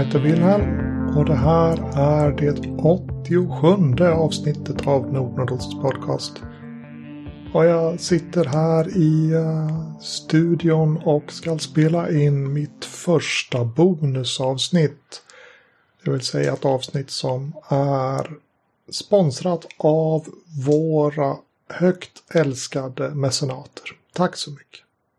heter Wilhelm och det här är det 87:e avsnittet av Nordnords podcast. Och jag sitter här i studion och ska spela in mitt första bonusavsnitt. Det vill säga ett avsnitt som är sponsrat av våra högt älskade mecenater. Tack så mycket.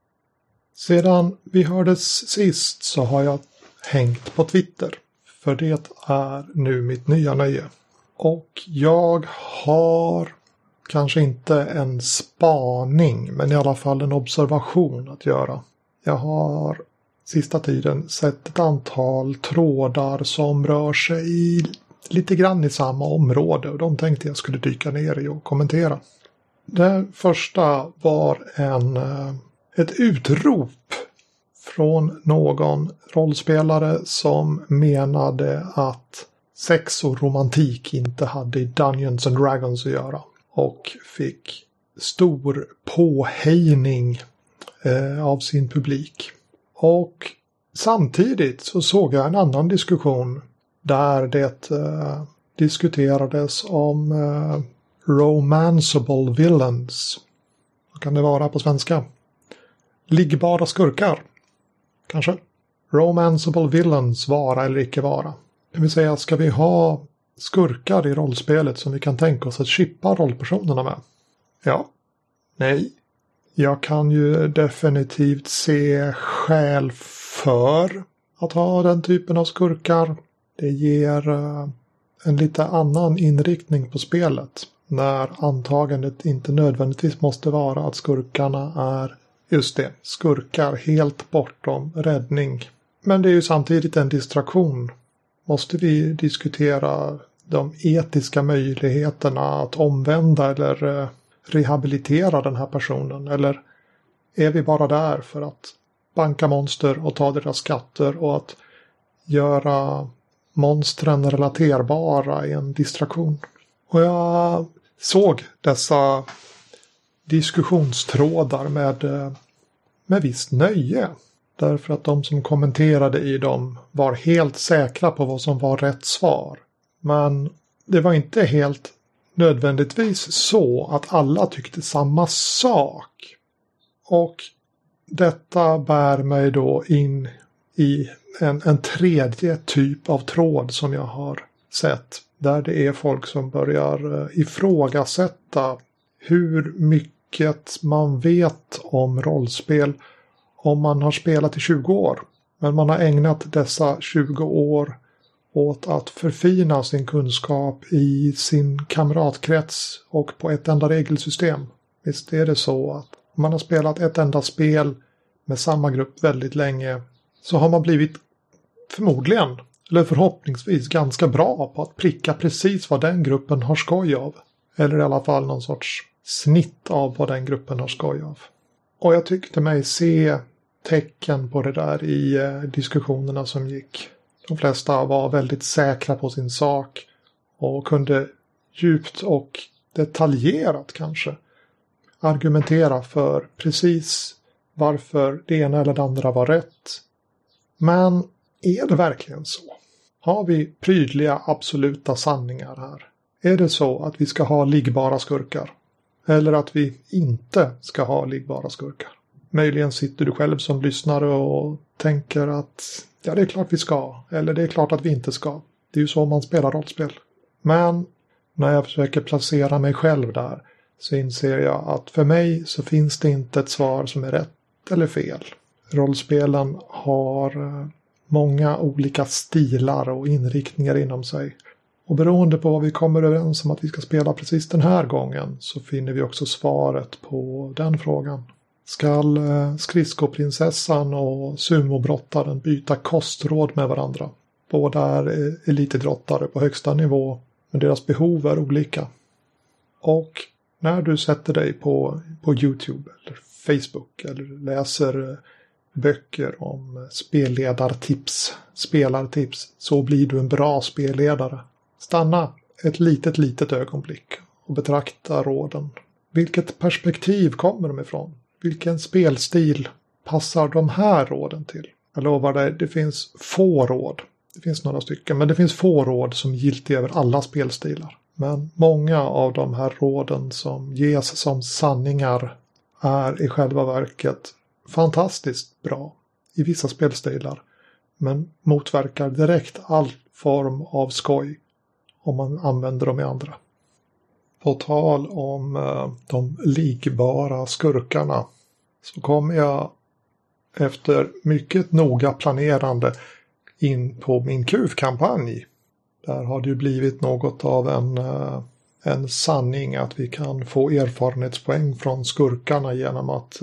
Sedan vi hördes sist så har jag hängt på Twitter. För det är nu mitt nya nöje. Och jag har kanske inte en spaning men i alla fall en observation att göra. Jag har sista tiden sett ett antal trådar som rör sig lite grann i samma område och de tänkte jag skulle dyka ner i och kommentera. Det första var ett utrop från någon rollspelare som menade att sex och romantik inte hade i Dungeons and Dragons att göra. Och fick stor påhejning av sin publik. Och samtidigt så såg jag en annan diskussion där det diskuterades om romanceable villains. Vad kan det vara på svenska? Liggbara skurkar. Kanske. Romanceable villains, vara eller icke vara. Det vill säga, ska vi ha skurkar i rollspelet som vi kan tänka oss att chippa rollpersonerna med? Ja. Nej. Jag kan ju definitivt se skäl för att ha den typen av skurkar. Det ger en lite annan inriktning på spelet. När antagandet inte nödvändigtvis måste vara att skurkarna är just det, skurkar helt bortom räddning. Men det är ju samtidigt en distraktion. Måste vi diskutera de etiska möjligheterna att omvända eller rehabilitera den här personen? Eller är vi bara där för att banka monster och ta deras skatter och att göra monstren relaterbara i en distraktion? Och jag såg dessa diskussionstrådar med visst nöje. Därför att de som kommenterade i dem var helt säkra på vad som var rätt svar. Men det var inte helt nödvändigtvis så att alla tyckte samma sak. Och detta bär mig då in i en tredje typ av tråd som jag har sett. Där det är folk som börjar ifrågasätta hur mycket man vet om rollspel om man har spelat i 20 år. Men man har ägnat dessa 20 år åt att förfina sin kunskap i sin kamratkrets och på ett enda regelsystem. Visst är det så att om man har spelat ett enda spel med samma grupp väldigt länge så har man blivit förmodligen eller förhoppningsvis ganska bra på att pricka precis vad den gruppen har skoj av. Eller i alla fall någon sorts snitt av vad den gruppen har skoj av. Och jag tyckte mig se tecken på det där i diskussionerna som gick. De flesta var väldigt säkra på sin sak och kunde djupt och detaljerat kanske argumentera för precis varför det ena eller det andra var rätt. Men är det verkligen så? Har vi prydliga absoluta sanningar här? Är det så att vi ska ha liggbara skurkar? Eller att vi inte ska ha liggbara skurkar? Möjligen sitter du själv som lyssnare och tänker att ja, det är klart vi ska. Eller det är klart att vi inte ska. Det är ju så man spelar rollspel. Men när jag försöker placera mig själv där så inser jag att för mig så finns det inte ett svar som är rätt eller fel. Rollspelen har många olika stilar och inriktningar inom sig. Och beroende på vad vi kommer överens om att vi ska spela precis den här gången så finner vi också svaret på den frågan. Skall skridskoprinsessan och sumobrottaren byta kostråd med varandra? Båda är elitidrottare på högsta nivå men deras behov är olika. Och när du sätter dig på YouTube eller Facebook eller läser böcker om spelartips så blir du en bra spelledare. Stanna ett litet ögonblick och betrakta råden. Vilket perspektiv kommer de ifrån? Vilken spelstil passar de här råden till? Jag lovar dig, det finns få råd Det finns några stycken, men det finns få råd som är giltiga över alla spelstilar. Men många av de här råden som ges som sanningar är i själva verket fantastiskt bra i vissa spelstilar. Men motverkar direkt all form av skoj om man använder dem i andra. På tal om de ligbara skurkarna så kom jag efter mycket noga planerande in på min KUF-kampanj. Där har det ju blivit något av en sanning att vi kan få erfarenhetspoäng från skurkarna genom att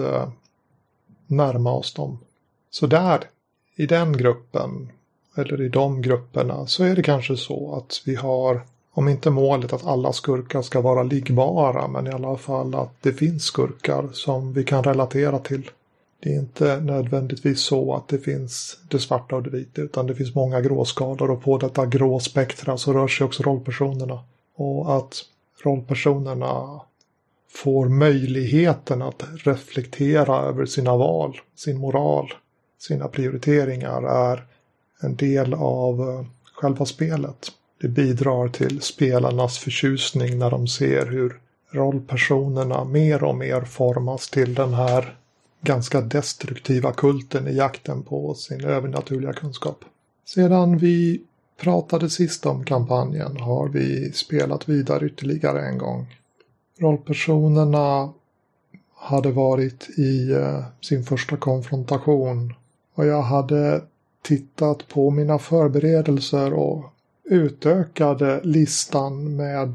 närma oss dem. Så där, i den gruppen, eller i de grupperna, så är det kanske så att vi har, om inte målet att alla skurkar ska vara ligbara, men i alla fall att det finns skurkar som vi kan relatera till. Det är inte nödvändigtvis så att det finns det svarta och det vita, utan det finns många gråskalor, och på detta grå spektra så rör sig också rollpersonerna. Och att rollpersonerna får möjligheten att reflektera över sina val, sin moral, sina prioriteringar är en del av själva spelet. Det bidrar till spelarnas förtjusning när de ser hur rollpersonerna mer och mer formas till den här ganska destruktiva kulten i jakten på sin övernaturliga kunskap. Sedan vi pratade sist om kampanjen har vi spelat vidare ytterligare en gång. Rollpersonerna hade varit i sin första konfrontation och jag hade tittat på mina förberedelser och utökade listan med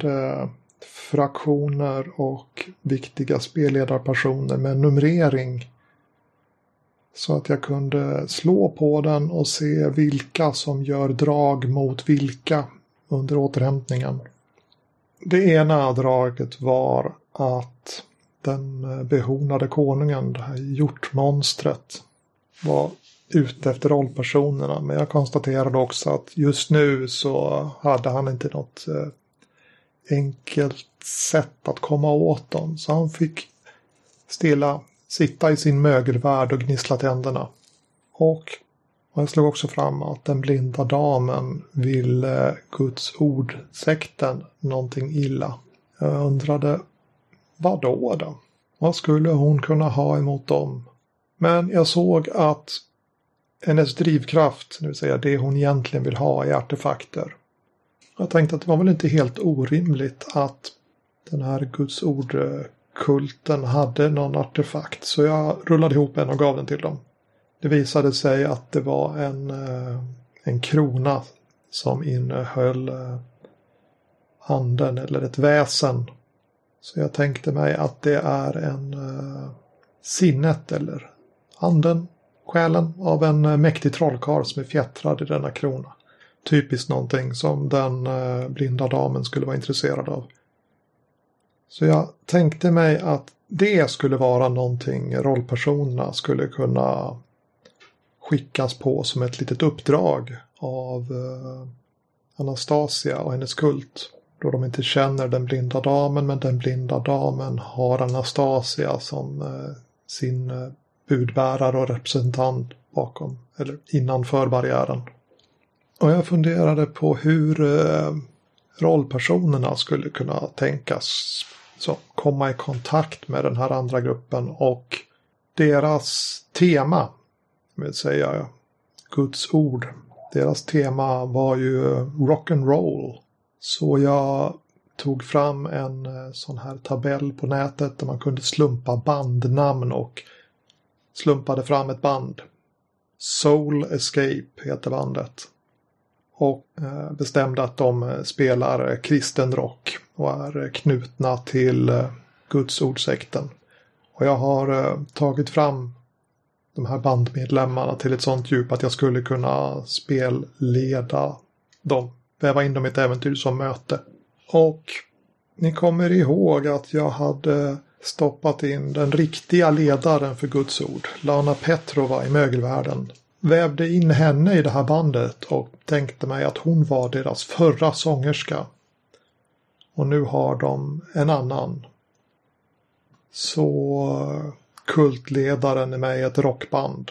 fraktioner och viktiga spelledarpersoner med numrering så att jag kunde slå på den och se vilka som gör drag mot vilka under återhämtningen. Det ena draget var att den behornade konungen, det här hjortmonstret, var ute efter rollpersonerna. Men jag konstaterade också att just nu så hade han inte något enkelt sätt att komma åt dem. Så han fick stilla sitta i sin mögelvärld och gnissla tänderna. Och jag slog också fram att den blinda damen ville Guds ord-sekten någonting illa. Jag undrade, vad då? Vad skulle hon kunna ha emot dem? Men jag såg att hennes drivkraft, det vill säga det hon egentligen vill ha, är artefakter. Jag tänkte att det var väl inte helt orimligt att den här Guds ord-kulten hade någon artefakt. Så jag rullade ihop en och gav den till dem. Det visade sig att det var en krona som innehöll anden eller ett väsen. Så jag tänkte mig att det är en sinnet eller anden, själen av en mäktig trollkarl som är fjättrad i denna krona. Typiskt någonting som den blinda damen skulle vara intresserad av. Så jag tänkte mig att det skulle vara någonting rollpersonerna skulle kunna skickas på som ett litet uppdrag av Anastasia och hennes kult. Då de inte känner den blinda damen, men den blinda damen har Anastasia som sin budbärare och representant bakom eller innanför barriären. Och jag funderade på hur rollpersonerna skulle kunna tänkas komma i kontakt med den här andra gruppen och deras tema, jag vill säga Guds ord. Deras tema var ju rock and roll. Så jag tog fram en sån här tabell på nätet där man kunde slumpa bandnamn och slumpade fram ett band. Soul Escape heter bandet. Och bestämde att de spelar kristen rock och är knutna till Guds ordsekten. Och jag har tagit fram de här bandmedlemmarna till ett sånt djup att jag skulle kunna spelleda dem. Väva in dem i ett äventyr som möte. Och ni kommer ihåg att jag hade stoppat in den riktiga ledaren för Guds ord, Lana Petrova i mögelvärlden. Vävde in henne i det här bandet och tänkte mig att hon var deras förra sångerska. Och nu har de en annan. Så kultledaren är med i ett rockband.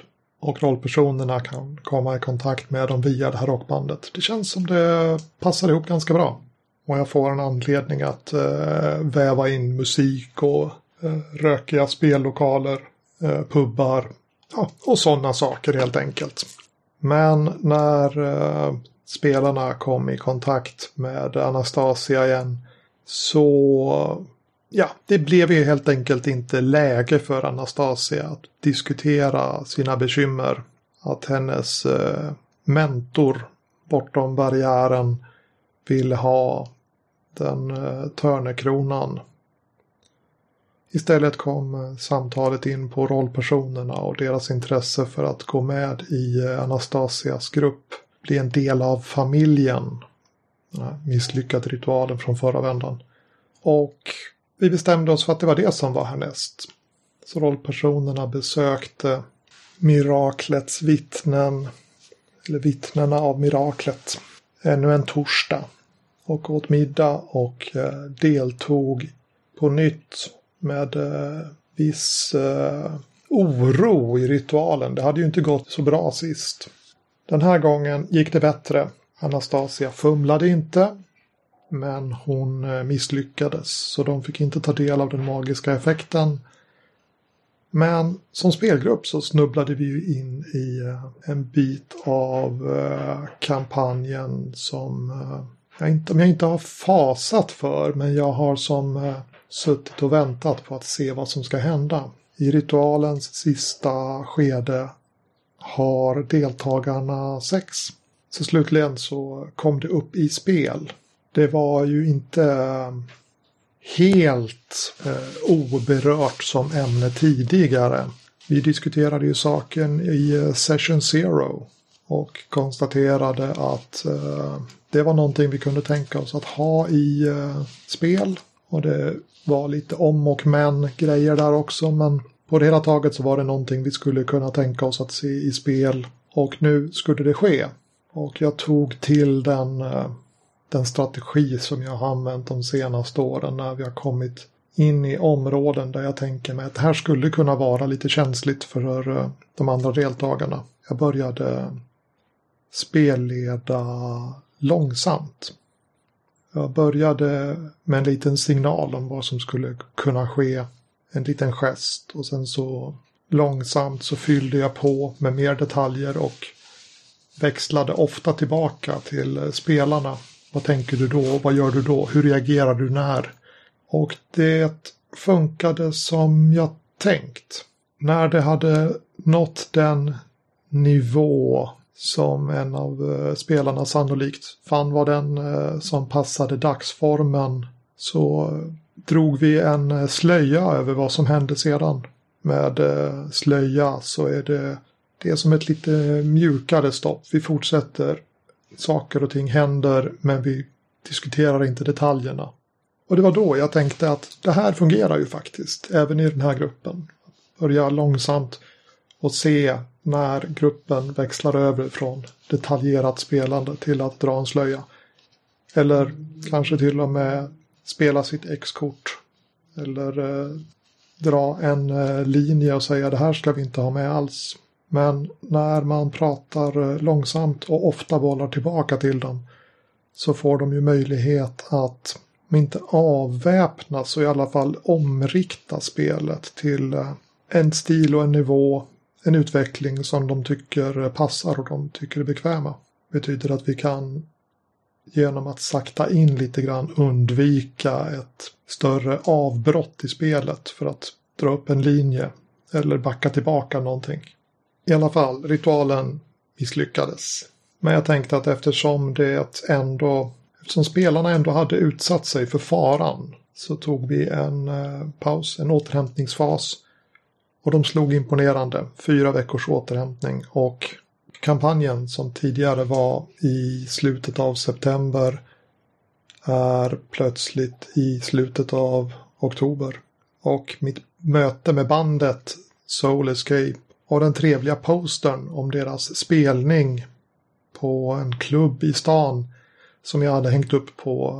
Och rollpersonerna kan komma i kontakt med dem via det här rockbandet. Det känns som det passar ihop ganska bra. Och jag får en anledning att väva in musik och rökiga spellokaler, pubbar och sådana saker helt enkelt. Men när spelarna kom i kontakt med Anastasia igen så det blev ju helt enkelt inte läge för Anastasia att diskutera sina bekymmer. Att hennes mentor bortom barriären ville ha den törnekronan. Istället kom samtalet in på rollpersonerna och deras intresse för att gå med i Anastasias grupp. Bli en del av familjen. Den här misslyckade ritualen från förra vändan. Och vi bestämde oss för att det var det som var härnäst. Så rollpersonerna besökte miraklets vittnen. Eller vittnena av miraklet. Ännu en torsdag. Och åt middag och deltog på nytt med viss oro i ritualen. Det hade ju inte gått så bra sist. Den här gången gick det bättre. Anastasia fumlade inte. Men hon misslyckades. Så de fick inte ta del av den magiska effekten. Men som spelgrupp så snubblade vi ju in i en bit av kampanjen som jag inte har fasat för. Men jag har som suttit och väntat på att se vad som ska hända. I ritualens sista skede har deltagarna sex. Så slutligen så kom det upp i spel. Det var ju inte helt oberört som ämne tidigare. Vi diskuterade ju saken i Session Zero och konstaterade att det var någonting vi kunde tänka oss att ha i spel. Och det var lite om och men grejer där också, men på det hela taget så var det någonting vi skulle kunna tänka oss att se i spel. Och nu skulle det ske. Och jag tog till den strategi som jag har använt de senaste åren när vi har kommit in i områden där jag tänker mig att det här skulle kunna vara lite känsligt för de andra deltagarna. Jag började spelleda långsamt. Jag började med en liten signal om vad som skulle kunna ske, en liten gest, och sen så långsamt så fyllde jag på med mer detaljer och växlade ofta tillbaka till spelarna. Vad tänker du då? Vad gör du då? Hur reagerar du när? Och det funkade som jag tänkt. När det hade nått den nivå som en av spelarna sannolikt fann var den som passade dagsformen, så drog vi en slöja över vad som hände sedan. Med slöja så är det som ett lite mjukare stopp. Vi fortsätter. Saker och ting händer, men vi diskuterar inte detaljerna. Och det var då jag tänkte att det här fungerar ju faktiskt, även i den här gruppen. Börja långsamt och se när gruppen växlar över från detaljerat spelande till att dra en slöja. Eller kanske till och med spela sitt X-kort. Eller dra en linje och säga det här ska vi inte ha med alls. Men när man pratar långsamt och ofta bollar tillbaka till dem så får de ju möjlighet att inte avväpnas och i alla fall omrikta spelet till en stil och en nivå, en utveckling som de tycker passar och de tycker är bekväma. Det betyder att vi kan genom att sakta in lite grann undvika ett större avbrott i spelet för att dra upp en linje eller backa tillbaka någonting. I alla fall, ritualen misslyckades. Men jag tänkte att eftersom spelarna ändå hade utsatt sig för faran så tog vi en paus, en återhämtningsfas. Och de slog imponerande, 4 veckors återhämtning. Och kampanjen som tidigare var i slutet av september är plötsligt i slutet av oktober. Och mitt möte med bandet Soul Escape och den trevliga postern om deras spelning på en klubb i stan som jag hade hängt upp på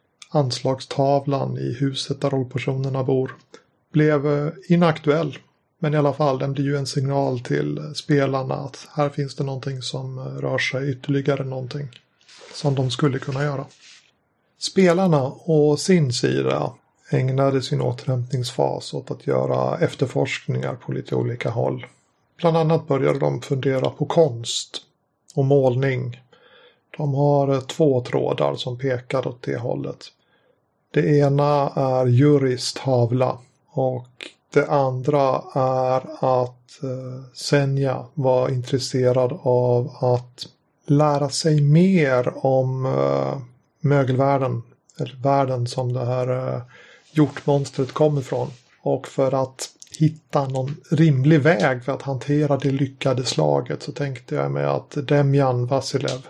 anslagstavlan i huset där rollpersonerna bor blev inaktuell. Men i alla fall, den blir ju en signal till spelarna att här finns det någonting som rör sig, ytterligare någonting som de skulle kunna göra. Spelarna å sin sida ägnade sin återhämtningsfas åt att göra efterforskningar på lite olika håll. Bland annat började de fundera på konst och målning. De har 2 trådar som pekar åt det hållet. Det ena är Juris tavla och det andra är att Senja var intresserad av att lära sig mer om mögelvärlden, eller världen som det här hjortmonstret kommer ifrån. Och för att hitta någon rimlig väg för att hantera det lyckade slaget så tänkte jag mig att Demjan Vasilev,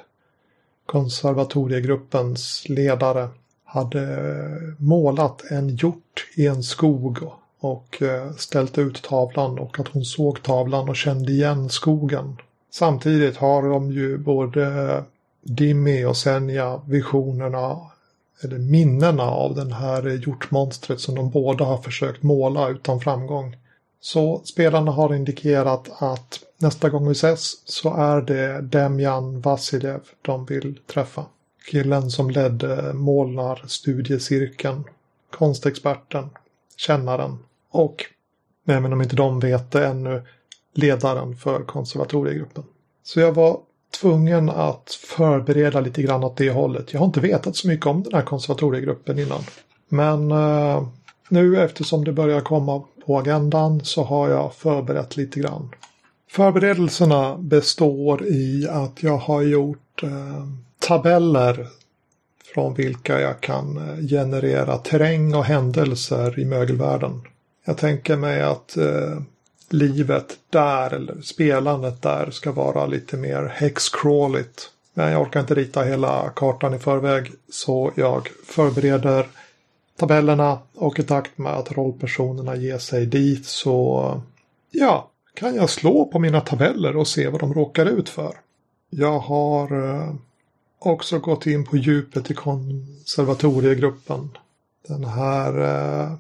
konservatoriegruppens ledare, hade målat en hjort i en skog och ställt ut tavlan och att hon såg tavlan och kände igen skogen. Samtidigt har de ju både Dimmy och Senja visionerna eller minnena av den här hjortmonstret som de båda har försökt måla utan framgång. Så spelarna har indikerat att nästa gång vi ses så är det Demjan Vasilev de vill träffa. Killen som ledde målarstudiecirkeln, konstexperten, kännaren och, även om inte de vet det ännu, ledaren för konservatoriegruppen. Så jag var tvungen att förbereda lite grann åt det hållet. Jag har inte vetat så mycket om den här konservatoriegruppen innan. Men nu eftersom det börjar komma på agendan så har jag förberett lite grann. Förberedelserna består i att jag har gjort tabeller från vilka jag kan generera terräng och händelser i mögelvärlden. Jag tänker mig att livet där eller spelandet där ska vara lite mer hexcrawligt. Men jag orkar inte rita hela kartan i förväg så jag förbereder tabellerna och i takt med att rollpersonerna ger sig dit så kan jag slå på mina tabeller och se vad de råkar ut för. Jag har också gått in på djupet i konservatoriegruppen. Det här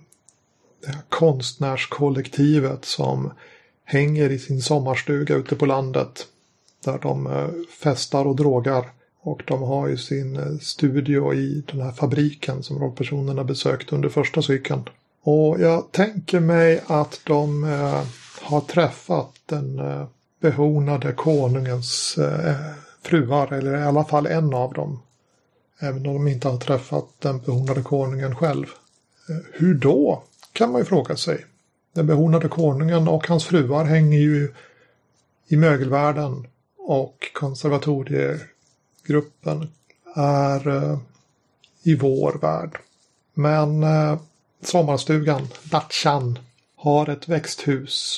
konstnärskollektivet som hänger i sin sommarstuga ute på landet. Där de festar och drogar. Och de har ju sin studio i den här fabriken som rollpersonerna besökt under första cykeln. Och jag tänker mig att de har träffat den behornade konungens fruar, eller i alla fall en av dem. Även om de inte har träffat den behornade konungen själv. Hur då? Kan man ju fråga sig. Den behornade konungen och hans fruar hänger ju i mögelvärlden och konservatoriegruppen är i vår värld. Men sommarstugan, Datchan, har ett växthus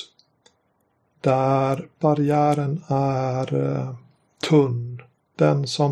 där barriären är tunn. Den som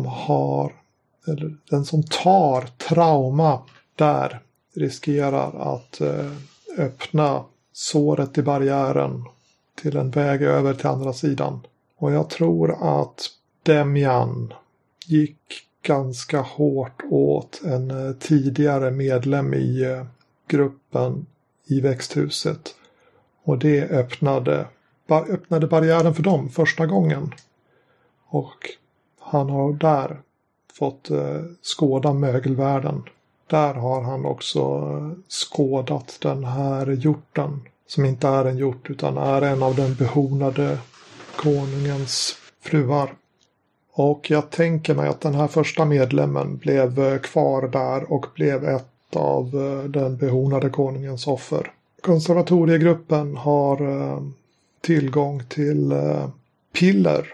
tar trauma där riskerar att öppna såret i barriären till en väg över till andra sidan. Och jag tror att Demjan gick ganska hårt åt en tidigare medlem i gruppen i växthuset. Och det öppnade barriären för dem första gången. Och han har där fått skåda mögelvärlden. Där har han också skådat den här hjorten. Som inte är en hjort utan är en av den behornade konungens fruar. Och jag tänker mig att den här första medlemmen blev kvar där och blev ett av den behornade konungens offer. Konservatoriegruppen har tillgång till piller,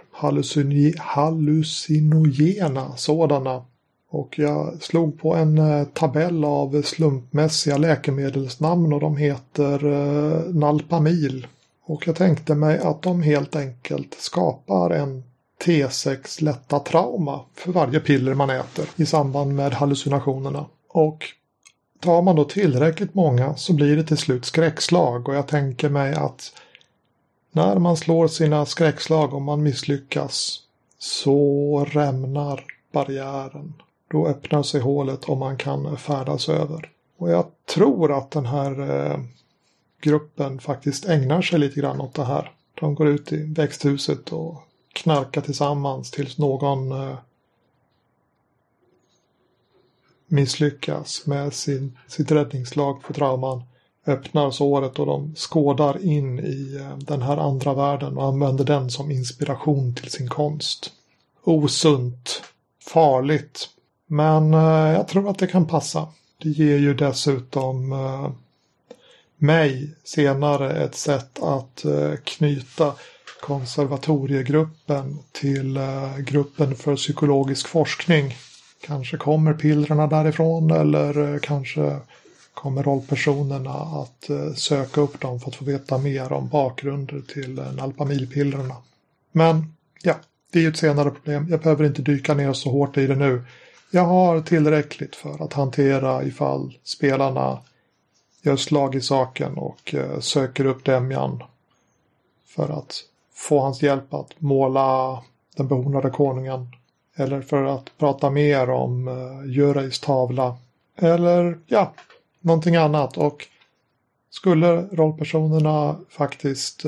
hallucinogena sådana. Och jag slog på en tabell av slumpmässiga läkemedelsnamn och de heter Nalpamil. Och jag tänkte mig att de helt enkelt skapar en T6 lätta trauma för varje piller man äter i samband med hallucinationerna. Och tar man då tillräckligt många så blir det till slut skräckslag. Och jag tänker mig att när man slår sina skräckslag och man misslyckas så rämnar barriären. Då öppnar sig hålet och man kan färdas över. Och jag tror att den här gruppen faktiskt ägnar sig lite grann åt det här. De går ut i växthuset och knarkar tillsammans tills någon misslyckas med sitt räddningsslag för trauman. Öppnar såret och de skådar in i den här andra världen och använder den som inspiration till sin konst. Osunt, farligt, men jag tror att det kan passa. Det ger ju dessutom mig senare ett sätt att knyta konservatoriegruppen till gruppen för psykologisk forskning. Kanske kommer pillrarna därifrån eller kanske kommer rollpersonerna att söka upp dem för att få veta mer om bakgrunder till Nalpamilpillrarna. Men ja, det är ju ett senare problem. Jag behöver inte dyka ner så hårt i det nu. Jag har tillräckligt för att hantera ifall spelarna gör slag i saken och söker upp Demian för att få hans hjälp att måla den behornade konungen. Eller för att prata mer om Jöreis tavla. Eller ja, någonting annat. Och skulle rollpersonerna faktiskt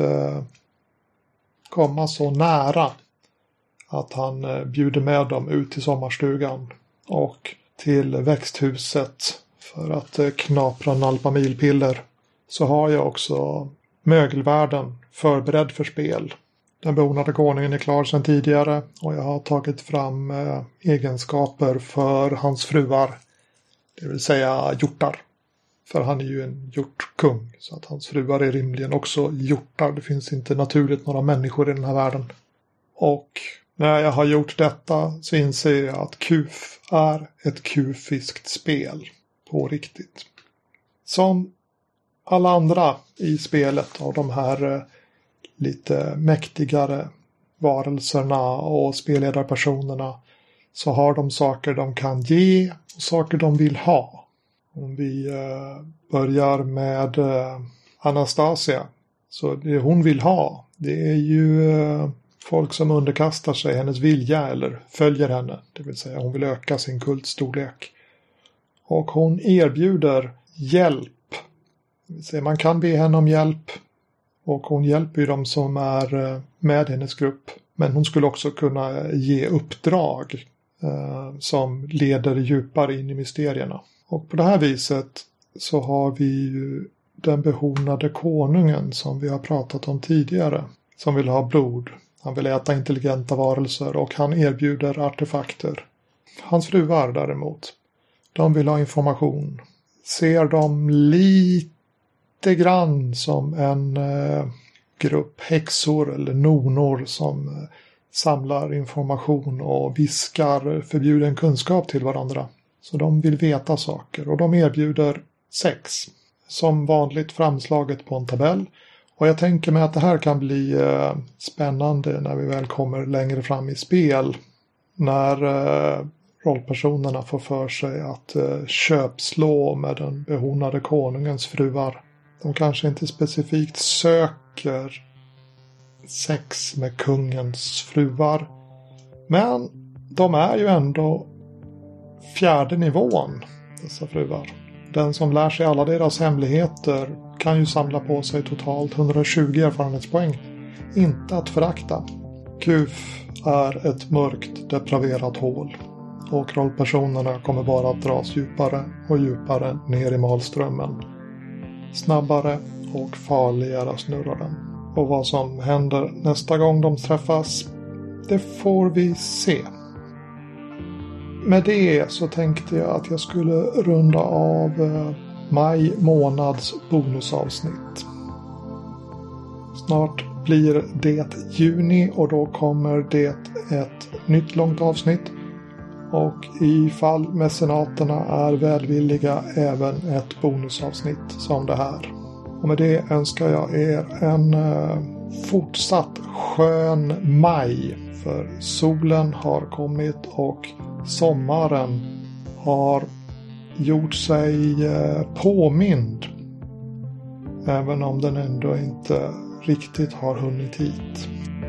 komma så nära att han bjuder med dem ut till sommarstugan och till växthuset för att knapra Nalpamilpiller, så har jag också mögelvärlden förberedd för spel. Den behornade konungen är klar sedan tidigare och jag har tagit fram egenskaper för hans fruar, det vill säga hjortar. För han är ju en hjortkung, så att hans fruar är rimligen också hjortar. Det finns inte naturligt några människor i den här världen. Och när jag har gjort detta så inser jag att KUF är ett kufiskt spel på riktigt. Som alla andra i spelet av de här lite mäktigare varelserna och spelledarpersonerna, så har de saker de kan ge och saker de vill ha. Om vi börjar med Anastasia, så det hon vill ha, det är ju folk som underkastar sig hennes vilja eller följer henne. Det vill säga hon vill öka sin kultstorlek. Och hon erbjuder hjälp. Det vill säga man kan be henne om hjälp. Och hon hjälper ju de som är med hennes grupp. Men hon skulle också kunna ge uppdrag som leder djupare in i mysterierna. Och på det här viset så har vi ju den behornade konungen som vi har pratat om tidigare. Som vill ha blod. Han vill äta intelligenta varelser och han erbjuder artefakter. Hans fruar däremot, de vill ha information. Ser de lite grann som en grupp häxor eller nonor som samlar information och viskar förbjuden kunskap till varandra. Så de vill veta saker och de erbjuder sex. Som vanligt framslaget på en tabell. Och jag tänker mig att det här kan bli spännande när vi väl kommer längre fram i spel. När rollpersonerna får för sig att köpslå med den behornade konungens fruar. De kanske inte specifikt söker sex med kungens fruar. Men de är ju ändå 4:e nivån, dessa fruar. Den som lär sig alla deras hemligheter kan ju samla på sig totalt 120 erfarenhetspoäng. Inte att förakta. KUF är ett mörkt, depraverat hål. Och rollpersonerna kommer bara att dras djupare och djupare ner i malströmmen. Snabbare och farligare snurrar den. Och vad som händer nästa gång de träffas, det får vi se. Med det så tänkte jag att jag skulle runda av maj månads bonusavsnitt. Snart blir det juni och då kommer det ett nytt långt avsnitt. Och ifall mecenaterna är välvilliga även ett bonusavsnitt som det här. Och med det önskar jag er en fortsatt skön maj. För solen har kommit och sommaren har gjort sig påmind. Även om den ändå inte riktigt har hunnit hit.